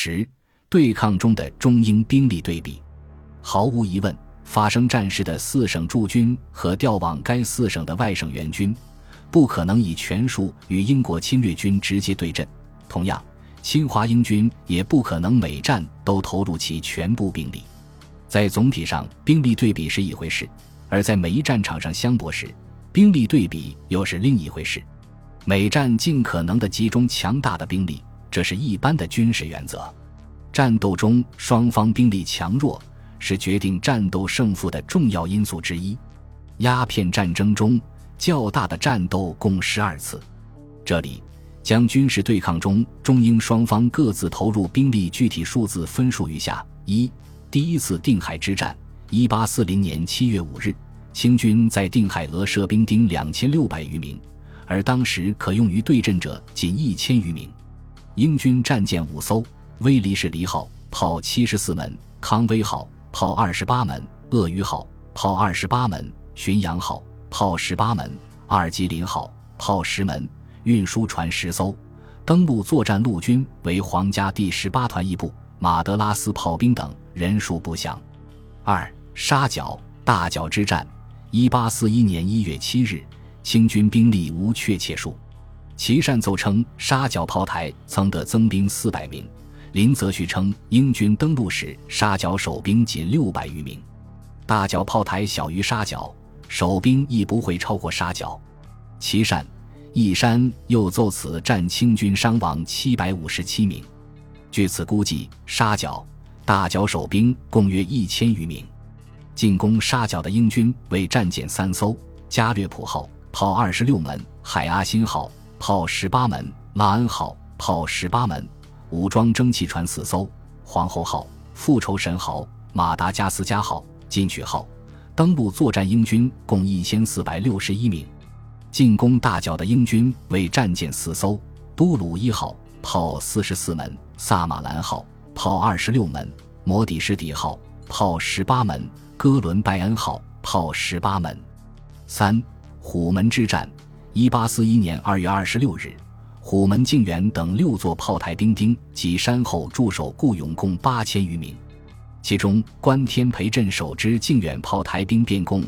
10. 对抗中的中英兵力对比。毫无疑问，发生战事的4省驻军和调往该4省的外省援军不可能以全数与英国侵略军直接对阵，同样侵华英军也不可能每战都投入其全部兵力。在总体上兵力对比是一回事，而在每一战场上相搏时，兵力对比又是另一回事。每战尽可能地集中强大的兵力，这是一般的军事原则。战斗中双方兵力强弱是决定战斗胜负的重要因素之一。鸦片战争中较大的战斗共12次，这里将军事对抗中中英双方各自投入兵力具体数字分数如下：一、第一次定海之战，1840年7月5日，清军在定海俄设兵丁2600余名，而当时可用于对阵者仅1000余名。英军战舰5艘，威黎士黎号炮74门，康威号炮28门，鳄鱼号炮28门，巡洋号炮18门，阿尔吉林号炮10门，运输船10艘，登陆作战陆军为皇家第18团一部，马德拉斯炮兵等，人数不详。2. 沙角大角之战，1841年1月7日，清军兵力无确切数，琦善奏称沙角炮台曾得增兵400名，林则徐称英军登陆时沙角守兵仅600余名。大角炮台小于沙角，守兵亦不会超过沙角。琦善、义山又奏此战清军伤亡757名。据此估计，沙角、大角守兵共约1000余名。进攻沙角的英军为战舰3艘，加略普号炮26门，海阿辛号炮18门，拉恩号炮18门，武装蒸汽船4艘，皇后号、复仇神号、马达加斯加号、进取号。登陆作战英军共1461名。进攻大角的英军为战舰4艘，都鲁伊号炮44门，萨马兰号炮26门，摩底士底号炮18门，哥伦拜恩号炮18门。3. 虎门之战，1841年2月26日，虎门、靖远等6座炮台兵丁及山后驻守固勇共8000余名，其中关天培镇守之靖远炮台兵便共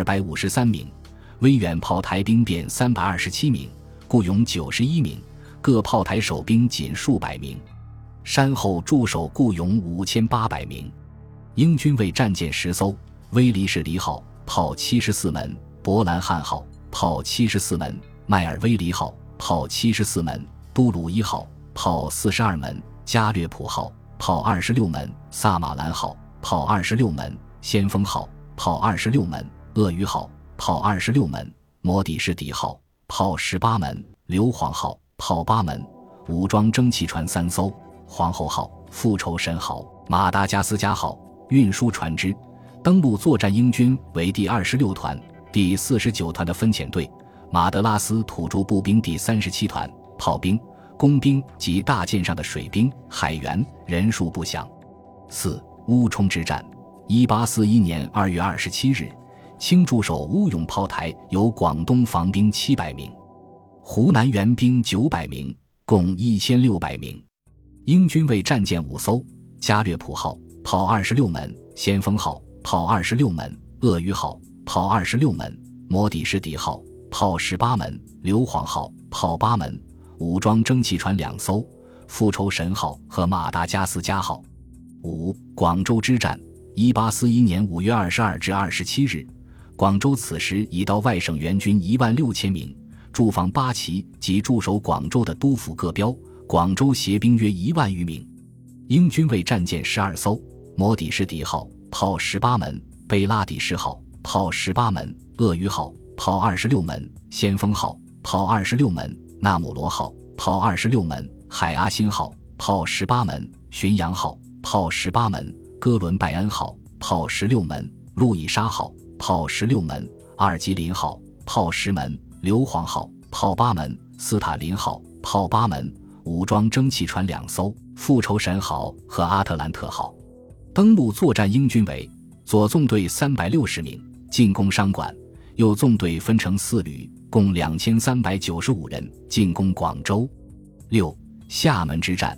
253名，威远炮台兵便327名，固勇91名，各炮台守兵仅数百名。山后驻守固勇5800名。英军为战舰10艘，威黎士黎号炮74门，伯兰汉号炮74门，迈尔威黎号炮74门，都鲁伊号炮42门，加略普号炮26门，萨马兰号炮26门，先锋号炮26门，鳄鱼号炮26门，摩底士底号炮18门，硫磺号炮8门，武装蒸汽船3艘，皇后号、复仇神号、马达加斯加号，运输船只。登陆作战英军为第26团、第49团的分遣队，马德拉斯土著步兵第37团，炮兵、工兵及大舰上的水兵、海员，人数不详。4. 乌冲之战，1841年2月27日，清驻守乌勇炮台有广东防兵700名，湖南援兵900名，共1600名。英军为战舰5艘，加略普号炮26门，先锋号炮26门，鳄鱼号炮26门，摩底士底号炮18门，硫磺号炮8门，武装蒸汽船2艘，复仇神号和马达加斯加号。5. 广州之战，1841年5月22至27日，广州此时已到外省援军16000名，驻防八旗及驻守广州的督府各标，广州协兵约1万余名。英军为战舰12艘，摩底士底号炮18门，贝拉底士号炮18门，鳄鱼号炮26门，先锋号炮26门，纳姆罗号炮26门，海阿辛号炮18门，巡洋号炮18门，哥伦拜恩号炮16门，路易莎号炮16门，阿尔吉林号炮10门，硫磺号炮8门，斯塔林号炮8门，武装蒸汽船2艘，复仇神号和阿特兰特号。登陆作战英军为左纵队360名，进攻商管，右纵队分成4旅，共2395人，进攻广州。6. 厦门之战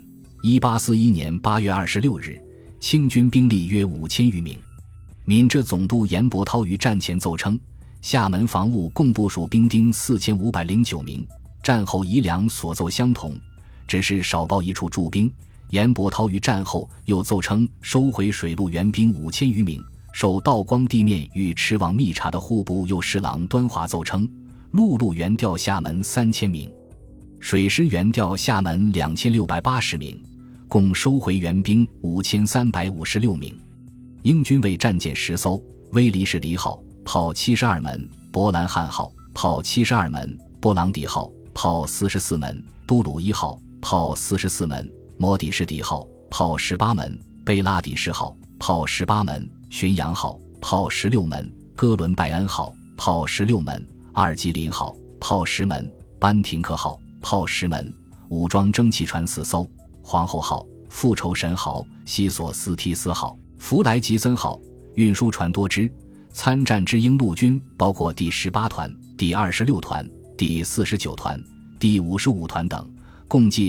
1841年8月26日，清军兵力约5000余名。闽浙总督严伯涛于战前奏称，厦门防务共部署兵丁4509名，战后遗粮所奏相同，只是少报一处驻兵。严伯涛于战后又奏称，收回水陆援兵5000余名。受道光地面与驰往密察的户部右侍郎端华奏称，陆路援调厦门3000名，水师援调厦门2680名，共收回援兵5356名。英军为战舰10艘，威黎士里号炮72门，伯兰汉号炮72门，波朗底号炮44门，都鲁伊号炮44门，摩底士底号炮18门，贝拉底士号炮18门，巡洋号炮16门，哥伦拜恩号炮16门，阿尔基林号炮10门，班廷克号炮10门，武装蒸汽船4艘，皇后号、复仇神号、西索斯提斯号、弗莱吉森号，运输船多支。参战之英陆军包括第18团、第26团、第49团、第55团等，共计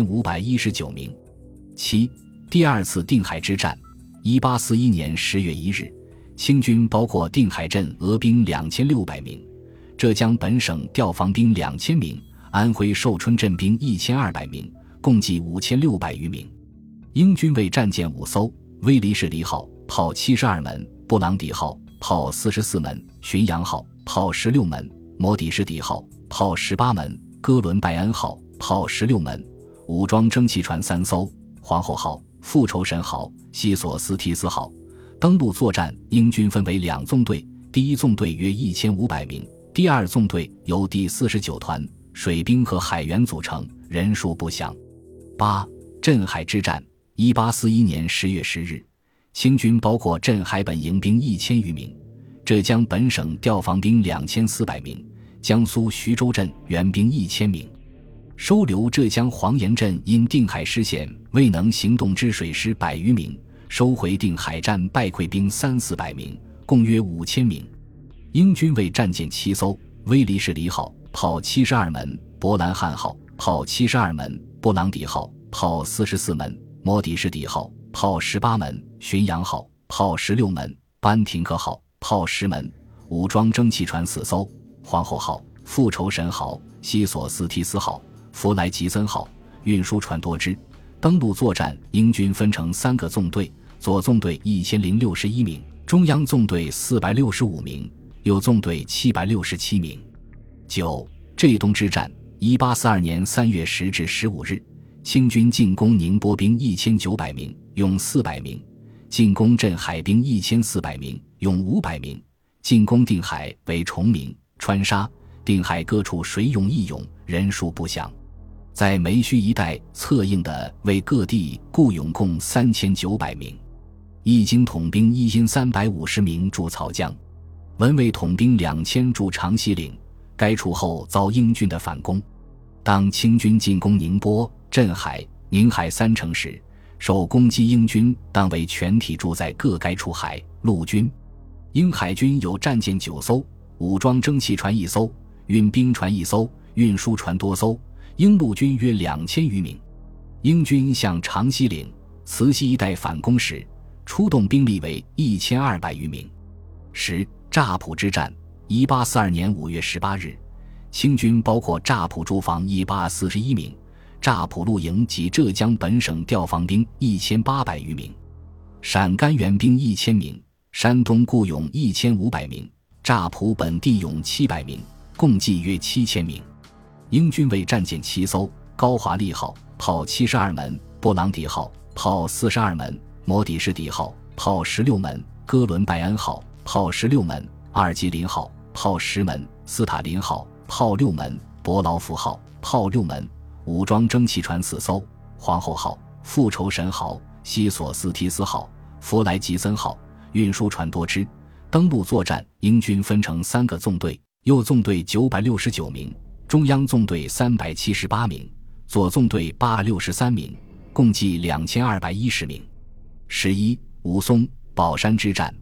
2519名。7. 第二次定海之战1841年10月1日，清军包括定海镇俄兵2600名，浙江本省调防兵2000名，安徽寿春镇兵1200名，共计5600余名。英军为战舰5艘，威黎士里号炮72门，布朗底号炮44门，巡洋号炮16门，摩底士底号炮18门，哥伦拜恩号炮16门，武装蒸汽船3艘，皇后号、复仇神号、西索斯提斯号。登陆作战，英军分为2纵队，第一纵队约1500名，第二纵队由第49团水兵和海员组成，人数不详。8. 镇海之战1841年10月10日，清军包括镇海本营兵1000余名，浙江本省调防兵2400名，江苏徐州镇援兵1000名，收留浙江黄岩镇因定海失陷未能行动之水师100余名，收回定海战败溃兵300-400名，共约5000名。英军为战舰7艘，威黎士里号炮72门，伯兰汉号炮72门，布朗底号炮44门，摩底士底号炮18门，巡洋号炮16门，班廷克号炮10门，武装蒸汽船4艘，皇后号、复仇神号、西索斯提斯号、弗莱吉森号，运输船多支。登陆作战，英军分成3个纵队，左纵队1061名，中央纵队465名，右纵队767名。9. 浙东之战1842年3月10至15日，清军进攻宁波兵1900名，用400名，进攻镇海兵1400名，用500名，进攻定海为崇明、川沙、定海各处水勇义勇，人数不详。在梅须一带策应的为各地雇勇共3900名，一经统兵1350名驻曹江，文卫统兵2000驻长西岭，该处后遭英军的反攻。当清军进攻宁波、镇海、宁海3城时，受攻击英军当为全体驻在各该处海陆军。英海军有战舰9艘，武装蒸汽船1艘，运兵船1艘，运输船多艘，英陆军约2000余名。英军向长西岭、慈溪一带反攻时，出动兵力为1200余名。10. 乍浦之战1842年5月18日，清军包括乍浦驻防141名，乍浦陆营及浙江本省调防兵1800余名，陕甘援兵1000名，山东雇勇1500名，乍浦本地勇700名，共计约7000名。英军为战舰7艘，高华丽号炮72门，布朗底号炮42门，摩底士底号炮16门，哥伦拜恩号炮16门，阿尔吉林号炮10门，斯塔林号炮6门，伯劳福号炮6门，武装蒸汽船4艘，皇后号、复仇神号、西索斯提斯号、弗莱吉森号，运输船多支。登陆作战，英军分成3个纵队，右纵队969名，中央纵队378名，左纵队863名，共计2210名。11. 吴淞、宝山之战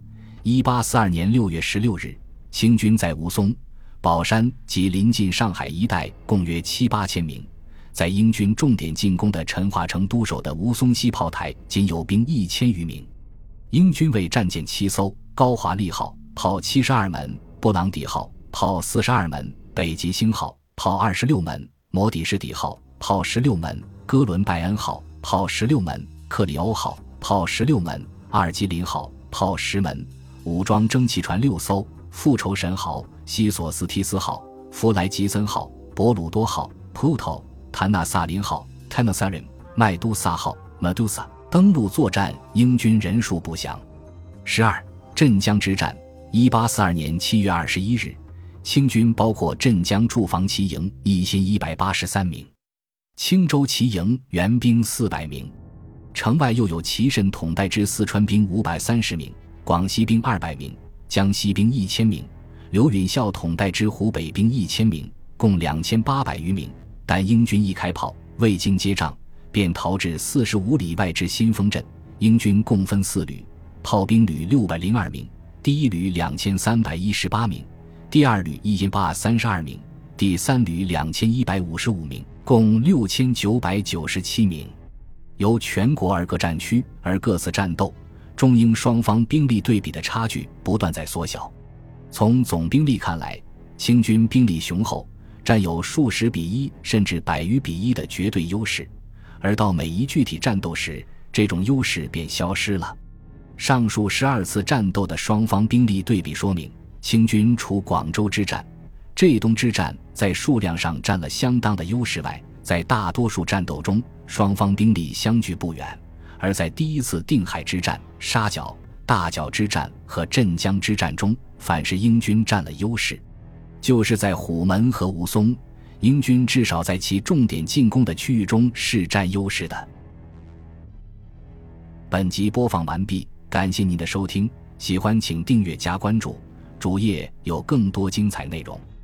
1842年6月16日，清军在吴淞、宝山及临近上海一带共约7-8千名， 在英军重点进攻的陈华城督守的吴淞西炮台仅有兵1000余名。英军为战舰7艘，高华丽号炮72门，布朗底号炮42门，北极星号炮26门，摩底士底号炮16门，哥伦拜恩号炮16门，克里欧号炮16门，阿尔基林号炮10门，武装蒸汽船6艘，复仇神号、西索斯提斯号、弗莱吉森号、博鲁多号、Pluto、坦纳萨林号、Tenasserim、麦都萨号、Medusa。登陆作战，英军人数不详。12. 镇江之战1842年7月21日，清军包括镇江驻防骑营1183名，青州骑营援兵400名，城外又有祁慎统带之四川兵530名，广西兵200名，江西兵1000名，刘允孝统带之湖北兵1000名，共2800余名。但英军一开炮，未经接仗，便逃至45里外之新丰镇。英军共分4旅，炮兵旅602名，第一旅2318名，第二旅1832名，第三旅2155名，共6997名。由全国而各战区而各次战斗，中英双方兵力对比的差距不断在缩小。从总兵力看来，清军兵力雄厚，占有数十比1甚至100余比1的绝对优势，而到每一具体战斗时，这种优势便消失了。上述12次战斗的双方兵力对比说明，清军除广州之战、浙东之战在数量上占了相当的优势外，在大多数战斗中双方兵力相距不远，而在第一次定海之战、沙角、大角之战和镇江之战中，反是英军占了优势。就是在虎门和吴淞，英军至少在其重点进攻的区域中是占优势的。本集播放完毕，感谢您的收听，喜欢请订阅加关注，主页有更多精彩内容。